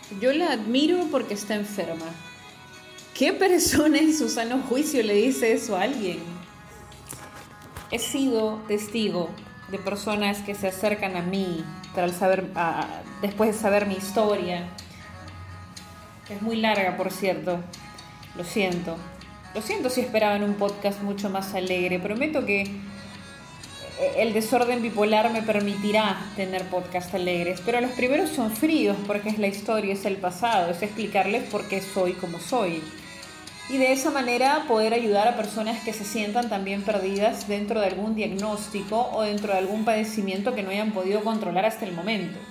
Yo la admiro porque está enferma. ¿Qué persona en su sano juicio le dice eso a alguien? He sido testigo de personas que se acercan a mí después de saber mi historia, que es muy larga, por cierto. Lo siento. Lo siento si esperaban un podcast mucho más alegre. Prometo que el desorden bipolar me permitirá tener podcast alegres, pero los primeros son fríos porque es la historia, es el pasado, es explicarles por qué soy como soy. Y de esa manera poder ayudar a personas que se sientan también perdidas dentro de algún diagnóstico o dentro de algún padecimiento que no hayan podido controlar hasta el momento.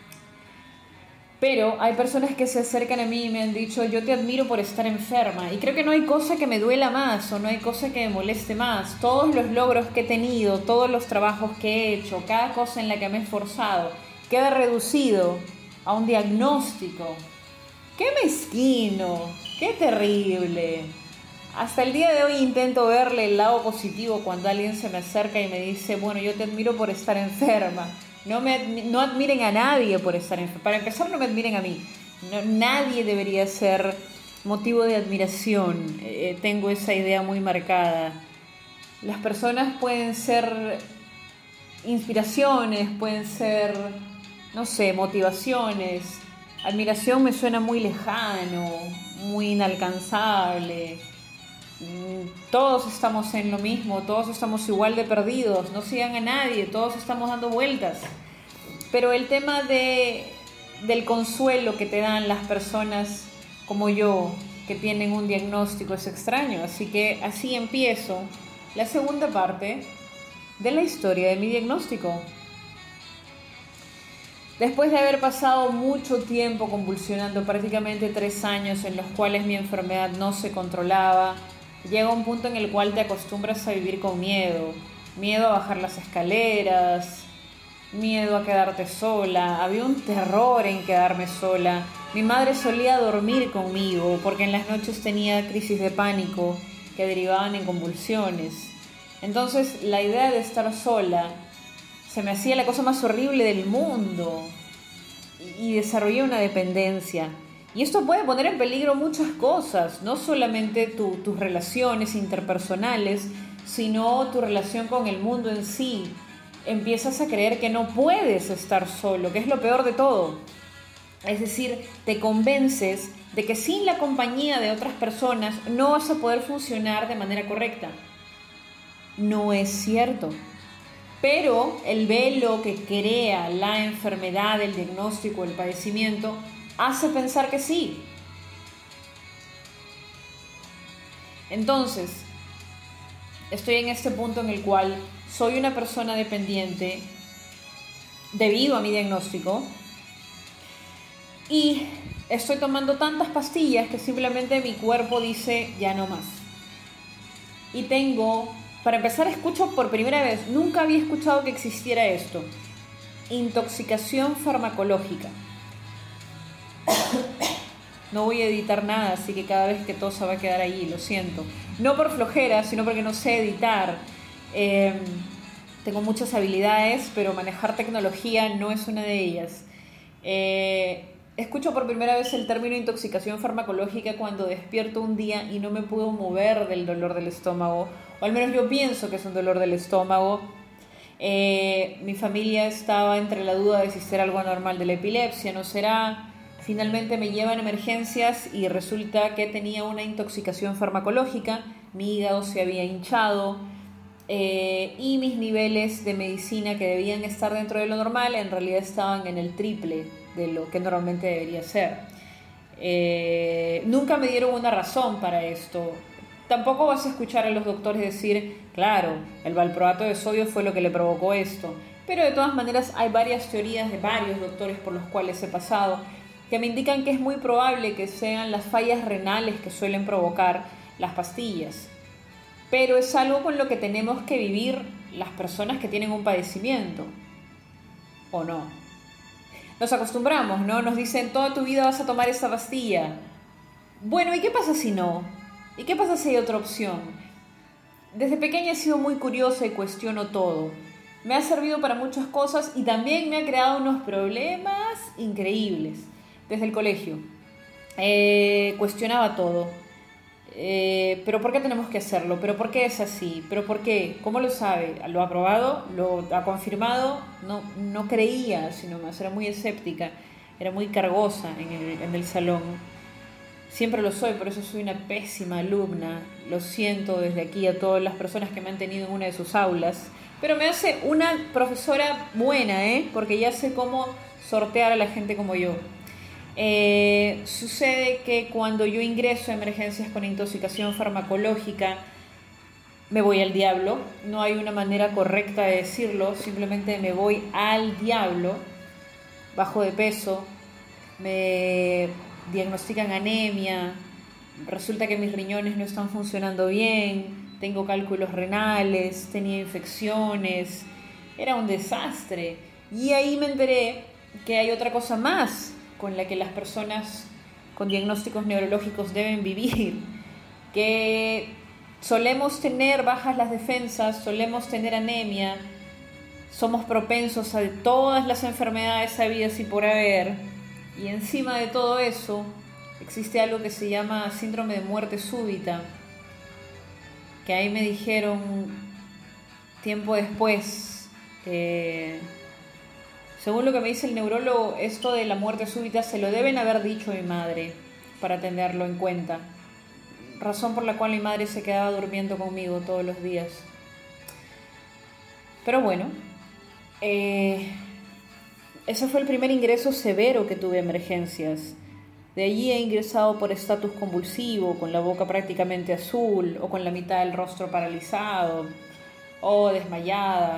Pero hay personas que se acercan a mí y me han dicho, yo te admiro por estar enferma. Y creo que no hay cosa que me duela más o no hay cosa que me moleste más. Todos los logros que he tenido, todos los trabajos que he hecho, cada cosa en la que me he esforzado, queda reducido a un diagnóstico. ¡Qué mezquino! ¡Qué terrible! Hasta el día de hoy intento verle el lado positivo cuando alguien se me acerca y me dice, bueno, yo te admiro por estar enferma. No admiren a nadie por estar enferma. Para empezar, no me admiren a mí. Nadie debería ser motivo de admiración. Tengo esa idea muy marcada. Las personas pueden ser inspiraciones, pueden ser, no sé, motivaciones. Admiración me suena muy lejano, muy inalcanzable. Todos estamos en lo mismo, todos estamos igual de perdidos, no sigan a nadie, todos estamos dando vueltas. Pero el tema del consuelo que te dan las personas como yo, que tienen un diagnóstico, es extraño. Así que así empiezo la segunda parte de la historia de mi diagnóstico. Después de haber pasado mucho tiempo convulsionando, prácticamente 3 años en los cuales mi enfermedad no se controlaba, llega un punto en el cual te acostumbras a vivir con miedo. Miedo a bajar las escaleras, miedo a quedarte sola. Había un terror en quedarme sola. Mi madre solía dormir conmigo porque en las noches tenía crisis de pánico que derivaban en convulsiones. Entonces la idea de estar sola se me hacía la cosa más horrible del mundo y desarrollé una dependencia. Y esto puede poner en peligro muchas cosas, no solamente tus relaciones interpersonales, sino tu relación con el mundo en sí. Empiezas a creer que no puedes estar solo, que es lo peor de todo. Es decir, te convences de que sin la compañía de otras personas no vas a poder funcionar de manera correcta. No es cierto. Pero el velo que crea la enfermedad, el diagnóstico, el padecimiento, hace pensar que sí. Entonces, estoy en este punto en el cual soy una persona dependiente debido a mi diagnóstico y estoy tomando tantas pastillas que simplemente mi cuerpo dice ya no más. Y para empezar, escucho por primera vez, nunca había escuchado que existiera esto: intoxicación farmacológica. No voy a editar nada, así que cada vez que tosa va a quedar ahí, lo siento. No por flojera, sino porque no sé editar. Tengo muchas habilidades, pero manejar tecnología no es una de ellas. Escucho por primera vez el término intoxicación farmacológica cuando despierto un día y no me puedo mover del dolor del estómago, o al menos yo pienso que es un dolor del estómago. Mi familia estaba entre la duda de si será algo anormal de la epilepsia, no será. Finalmente me llevan a emergencias y resulta que tenía una intoxicación farmacológica, mi hígado se había hinchado y mis niveles de medicina que debían estar dentro de lo normal en realidad estaban en el triple de lo que normalmente debería ser. Nunca me dieron una razón para esto. Tampoco vas a escuchar a los doctores decir, claro, el valproato de sodio fue lo que le provocó esto. Pero de todas maneras hay varias teorías de varios doctores por los cuales he pasado que me indican que es muy probable que sean las fallas renales que suelen provocar las pastillas. Pero es algo con lo que tenemos que vivir las personas que tienen un padecimiento, ¿o no? Nos acostumbramos, ¿no? Nos dicen, toda tu vida vas a tomar esta pastilla. Bueno, ¿y qué pasa si no? ¿Y qué pasa si hay otra opción? Desde pequeña he sido muy curiosa y cuestiono todo. Me ha servido para muchas cosas y también me ha creado unos problemas increíbles. desde el colegio. Cuestionaba todo. ¿Pero por qué tenemos que hacerlo? ¿Pero por qué es así? ¿Pero por qué? ¿Cómo lo sabe? ¿Lo ha probado? ¿Lo ha confirmado? No creía, sino más, era muy escéptica, era muy cargosa en el salón. Siempre lo soy, por eso soy una pésima alumna. Lo siento desde aquí a todas las personas que me han tenido en una de sus aulas. Pero me hace una profesora buena, porque ya sé cómo sortear a la gente como yo. Sucede que cuando yo ingreso a emergencias con intoxicación farmacológica, me voy al diablo. No hay una manera correcta de decirlo, simplemente me voy al diablo. Bajo de peso, me diagnostican anemia, resulta que mis riñones no están funcionando bien, tengo cálculos renales, tenía infecciones, era un desastre. Y ahí me enteré que hay otra cosa más con la que las personas con diagnósticos neurológicos deben vivir, que solemos tener bajas las defensas, solemos tener anemia, somos propensos a todas las enfermedades habidas y por haber, y encima de todo eso existe algo que se llama síndrome de muerte súbita, que ahí me dijeron tiempo después, según lo que me dice el neurólogo, esto de la muerte súbita se lo deben haber dicho a mi madre para tenerlo en cuenta, razón por la cual mi madre se quedaba durmiendo conmigo todos los días. Pero bueno, ese fue el primer ingreso severo que tuve a emergencias. De allí he ingresado por estatus convulsivo, con la boca prácticamente azul, o con la mitad del rostro paralizado, o desmayada.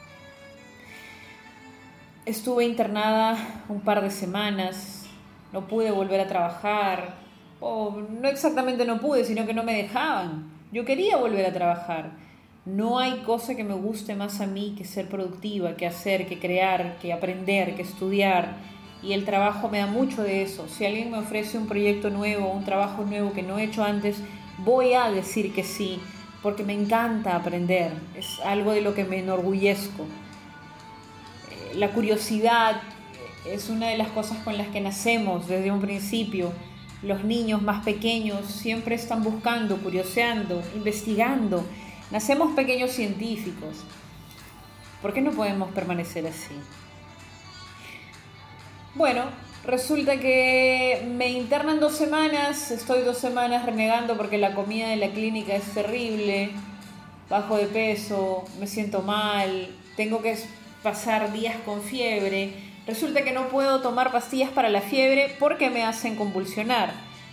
Estuve internada un par de semanas, no pude volver a trabajar, o no exactamente no pude, sino que no me dejaban. Yo quería volver a trabajar. No hay cosa que me guste más a mí que ser productiva, que hacer, que crear, que aprender, que estudiar. Y el trabajo me da mucho de eso. Si alguien me ofrece un proyecto nuevo, un trabajo nuevo que no he hecho antes, voy a decir que sí, porque me encanta aprender. Es algo de lo que me enorgullezco. La curiosidad es una de las cosas con las que nacemos desde un principio. Los niños más pequeños siempre están buscando, curioseando, investigando. Nacemos pequeños científicos. ¿Por qué no podemos permanecer así? Bueno, resulta que me internan 2 semanas, estoy 2 semanas renegando porque la comida de la clínica es terrible, bajo de peso, me siento mal, tengo que pasar días con fiebre. Resulta que no puedo tomar pastillas para la fiebre porque me hacen convulsionar.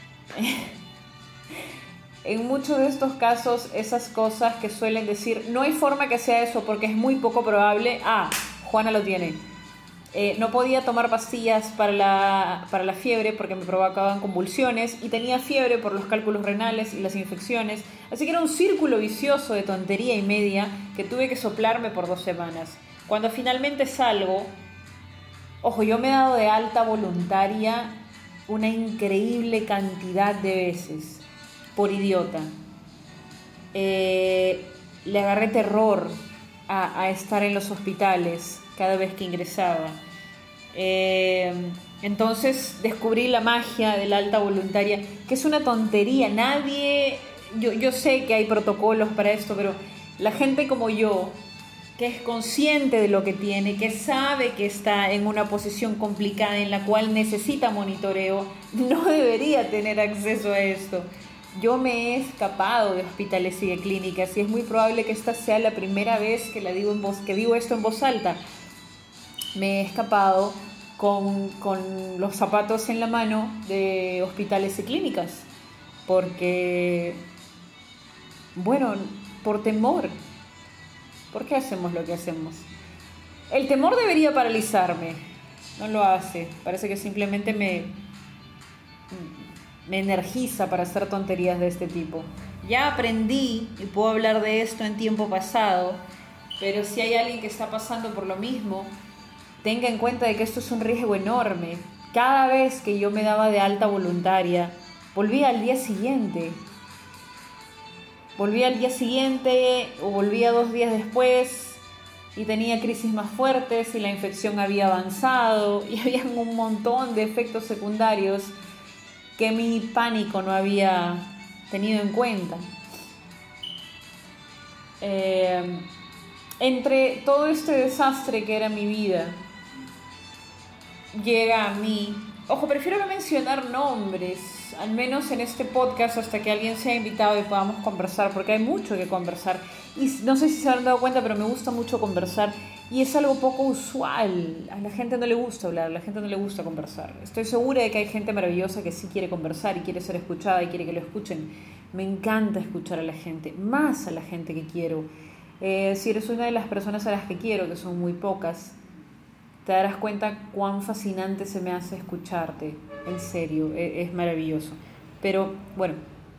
En muchos de estos casos, esas cosas que suelen decir, no hay forma que sea eso porque es muy poco probable. Juana lo tiene. No podía tomar pastillas para la fiebre porque me provocaban convulsiones y tenía fiebre por los cálculos renales y las infecciones. Así que era un círculo vicioso de tontería y media que tuve que soplarme por 2 semanas. Cuando finalmente salgo, ojo, yo me he dado de alta voluntaria una increíble cantidad de veces. Por idiota. Le agarré terror a estar en los hospitales cada vez que ingresaba. Entonces descubrí la magia de la alta voluntaria, que es una tontería. Yo sé que hay protocolos para esto, pero la gente como yo, que es consciente de lo que tiene, que sabe que está en una posición complicada en la cual necesita monitoreo, no debería tener acceso a esto. Yo me he escapado de hospitales y de clínicas y es muy probable que esta sea la primera vez que digo esto en voz alta. Me he escapado con los zapatos en la mano de hospitales y clínicas porque, bueno, por temor. ¿Por qué hacemos lo que hacemos? El temor debería paralizarme, no lo hace. Parece que simplemente me energiza para hacer tonterías de este tipo. Ya aprendí y puedo hablar de esto en tiempo pasado, pero si hay alguien que está pasando por lo mismo, tenga en cuenta de que esto es un riesgo enorme. Cada vez que yo me daba de alta voluntaria, volvía al día siguiente o volvía 2 días después y tenía crisis más fuertes y la infección había avanzado y había un montón de efectos secundarios que mi pánico no había tenido en cuenta. Entre todo este desastre que era mi vida, llega a mí, ojo, prefiero no mencionar nombres, al menos en este podcast, hasta que alguien sea invitado y podamos conversar, porque hay mucho que conversar. Y no sé si se han dado cuenta, pero me gusta mucho conversar y es algo poco usual. A la gente no le gusta hablar, a la gente no le gusta conversar. Estoy segura de que hay gente maravillosa que sí quiere conversar y quiere ser escuchada y quiere que lo escuchen. Me encanta escuchar a la gente, más a la gente que quiero. Si eres una de las personas a las que quiero, que son muy pocas, te darás cuenta cuán fascinante se me hace escucharte. En serio, es maravilloso. Pero bueno,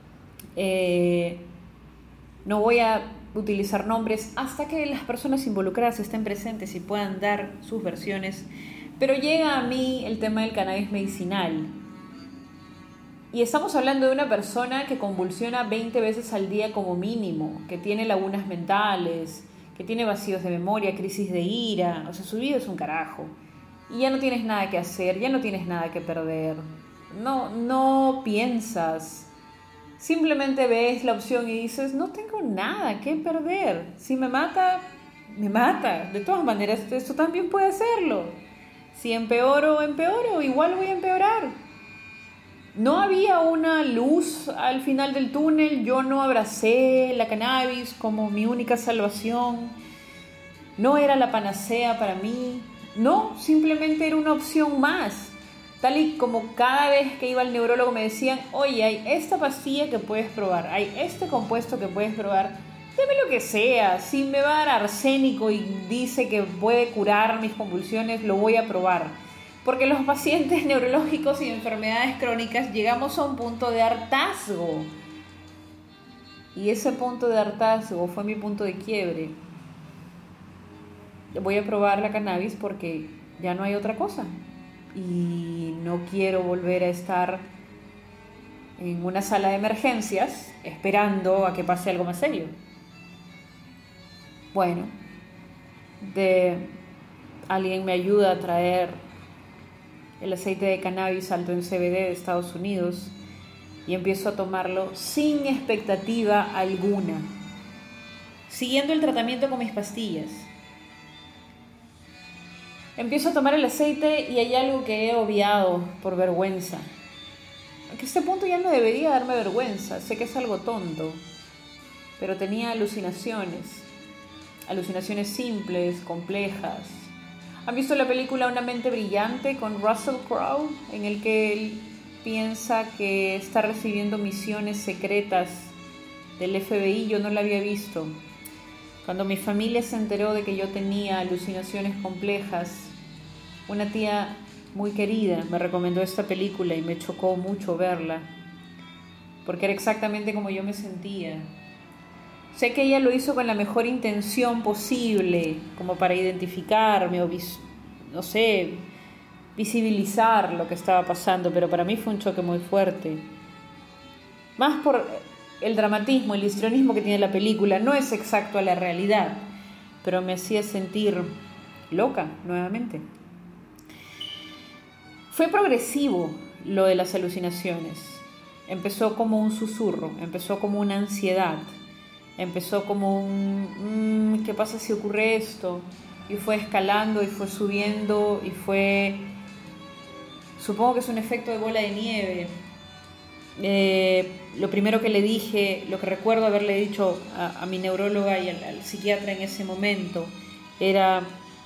no voy a utilizar nombres hasta que las personas involucradas estén presentes y puedan dar sus versiones. Pero llega a mí el tema del cannabis medicinal. Y estamos hablando de una persona que convulsiona 20 veces al día como mínimo, que tiene lagunas mentales, que tiene vacíos de memoria, crisis de ira. O sea, su vida es un carajo. Y ya no tienes nada que hacer, ya no tienes nada que perder. No piensas. Simplemente ves la opción y dices, no tengo nada que perder. Si me mata, me mata. De todas maneras, esto también puede hacerlo. Si empeoro, igual voy a empeorar. No había una luz al final del túnel, yo no abracé la cannabis como mi única salvación, no era la panacea para mí, no, simplemente era una opción más. Tal y como cada vez que iba al neurólogo me decían, oye, hay esta pastilla que puedes probar, hay este compuesto que puedes probar, deme lo que sea, si me va a dar arsénico y dice que puede curar mis convulsiones, lo voy a probar. Porque los pacientes neurológicos y enfermedades crónicas llegamos a un punto de hartazgo. Y ese punto de hartazgo fue mi punto de quiebre. Voy a probar la cannabis porque ya no hay otra cosa. Y no quiero volver a estar en una sala de emergencias esperando a que pase algo más serio. Bueno, alguien me ayuda a traer el aceite de cannabis alto en CBD de Estados Unidos y empiezo a tomarlo sin expectativa alguna, siguiendo el tratamiento con mis pastillas. Empiezo a tomar el aceite y hay algo que he obviado por vergüenza. Que a este punto ya no debería darme vergüenza, sé que es algo tonto, pero tenía alucinaciones simples, complejas. ¿Han visto la película Una mente brillante con Russell Crowe? En el que él piensa que está recibiendo misiones secretas del FBI. Yo no la había visto. Cuando mi familia se enteró de que yo tenía alucinaciones complejas, una tía muy querida me recomendó esta película y me chocó mucho verla, porque era exactamente como yo me sentía. Sé que ella lo hizo con la mejor intención posible, como para identificarme o, no sé, visibilizar lo que estaba pasando, pero para mí fue un choque muy fuerte. Más por el dramatismo, el histrionismo que tiene la película, no es exacto a la realidad, pero me hacía sentir loca nuevamente. Fue progresivo lo de las alucinaciones. Empezó como un susurro, empezó como una ansiedad. Empezó como un ¿qué pasa si ocurre esto? Y fue escalando y fue subiendo y fue, supongo que es un efecto de bola de nieve. Lo primero que le dije, lo que recuerdo haberle dicho a mi neuróloga y al psiquiatra en ese momento era,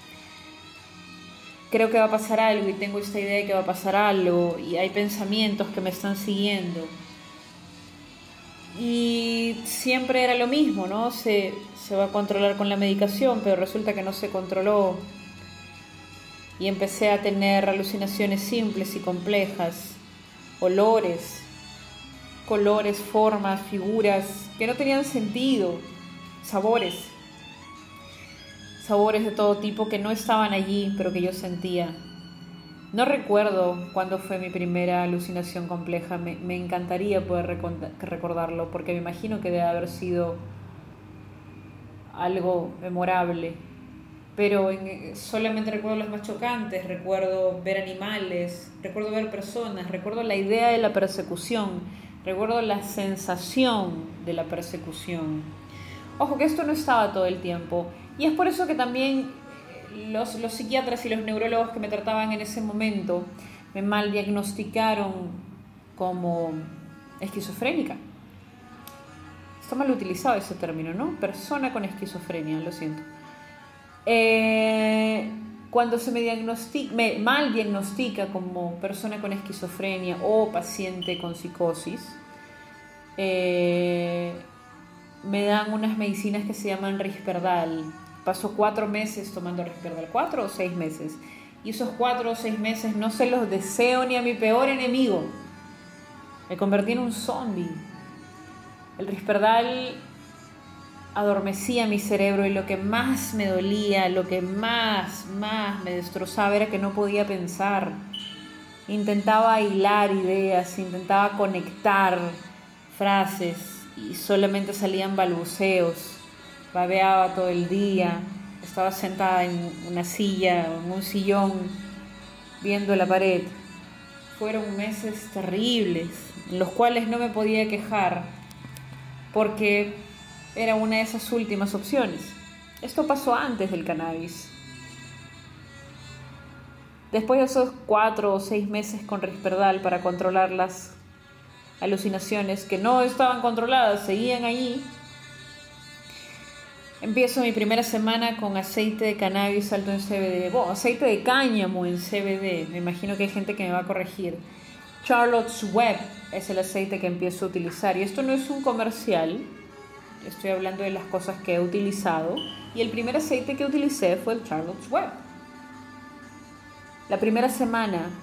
creo que va a pasar algo y tengo esta idea de que va a pasar algo y hay pensamientos que me están siguiendo. Y siempre era lo mismo, ¿no? Se va a controlar con la medicación, pero resulta que no se controló. Y empecé a tener alucinaciones simples y complejas, olores, colores, formas, figuras que no tenían sentido, sabores de todo tipo que no estaban allí, pero que yo sentía. No recuerdo cuándo fue mi primera alucinación compleja, me encantaría poder recordarlo, porque me imagino que debe haber sido algo memorable. pero solamente recuerdo las más chocantes, recuerdo ver animales, recuerdo ver personas, recuerdo la idea de la persecución, recuerdo la sensación de la persecución. Ojo que esto no estaba todo el tiempo, y es por eso que también los psiquiatras y los neurólogos que me trataban en ese momento me mal diagnosticaron como esquizofrénica. Está mal utilizado ese término, ¿no? Persona con esquizofrenia, lo siento. Cuando se me mal diagnostica como persona con esquizofrenia o paciente con psicosis, me dan unas medicinas que se llaman Risperdal. Paso 4 meses tomando Risperdal, 4 o 6 meses. Y esos 4 o 6 meses no se los deseo ni a mi peor enemigo. Me convertí en un zombie. El Risperdal adormecía mi cerebro, y lo que más me dolía, lo que más me destrozaba era que no podía pensar. Intentaba hilar ideas, intentaba conectar frases y solamente salían balbuceos. Babeaba todo el día, estaba sentada en una silla o en un sillón viendo la pared. Fueron meses terribles en los cuales no me podía quejar porque era una de esas últimas opciones. Esto pasó antes del cannabis. Después de esos 4 o 6 meses con Risperdal para controlar las alucinaciones que no estaban controladas, seguían allí, empiezo mi primera semana con aceite de cannabis alto en CBD. Aceite de cáñamo en CBD. Me imagino que hay gente que me va a corregir. Charlotte's Web es el aceite que empiezo a utilizar. Y esto no es un comercial. Estoy hablando de las cosas que he utilizado. Y el primer aceite que utilicé fue el Charlotte's Web. La primera semana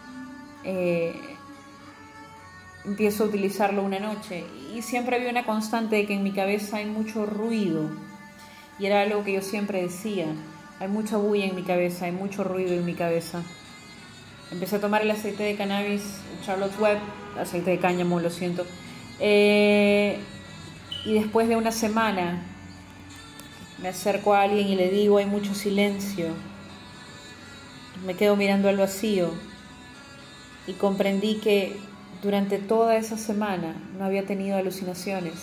empiezo a utilizarlo una noche. Y siempre había una constante de que en mi cabeza hay mucho ruido. Y era algo que yo siempre decía. Hay mucha bulla en mi cabeza, hay mucho ruido en mi cabeza. Empecé a tomar el aceite de cannabis, Charlotte's Web, aceite de cáñamo, lo siento. Y después de una semana me acerco a alguien y le digo, hay mucho silencio. Me quedo mirando al vacío y comprendí que durante toda esa semana no había tenido alucinaciones.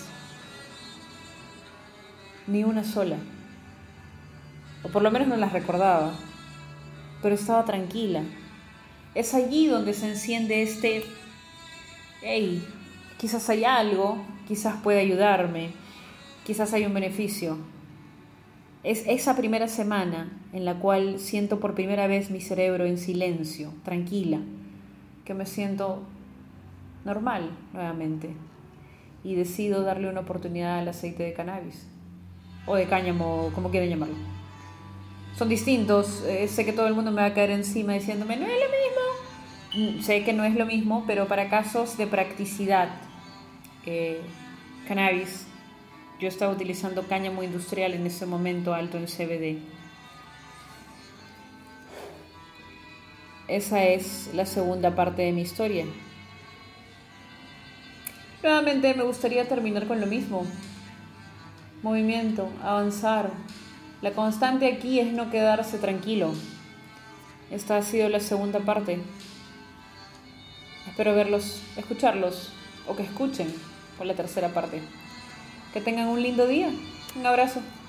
Ni una sola. O por lo menos no las recordaba. Pero estaba tranquila. Es allí donde se enciende hey, quizás hay algo, quizás puede ayudarme, quizás hay un beneficio. Es esa primera semana en la cual siento por primera vez mi cerebro en silencio, tranquila, que me siento normal nuevamente. Y decido darle una oportunidad al aceite de cannabis. O de cáñamo, como quieran llamarlo. Son distintos, sé que todo el mundo me va a caer encima diciéndome, no es lo mismo. Sé que no es lo mismo, pero para casos de practicidad, cannabis, yo estaba utilizando cáñamo industrial en ese momento alto en CBD. Esa es la segunda parte de mi historia. Nuevamente me gustaría terminar con lo mismo. Movimiento, avanzar. La constante aquí es no quedarse tranquilo. Esta ha sido la segunda parte. Espero escucharlos o que escuchen por la tercera parte. Que tengan un lindo día. Un abrazo.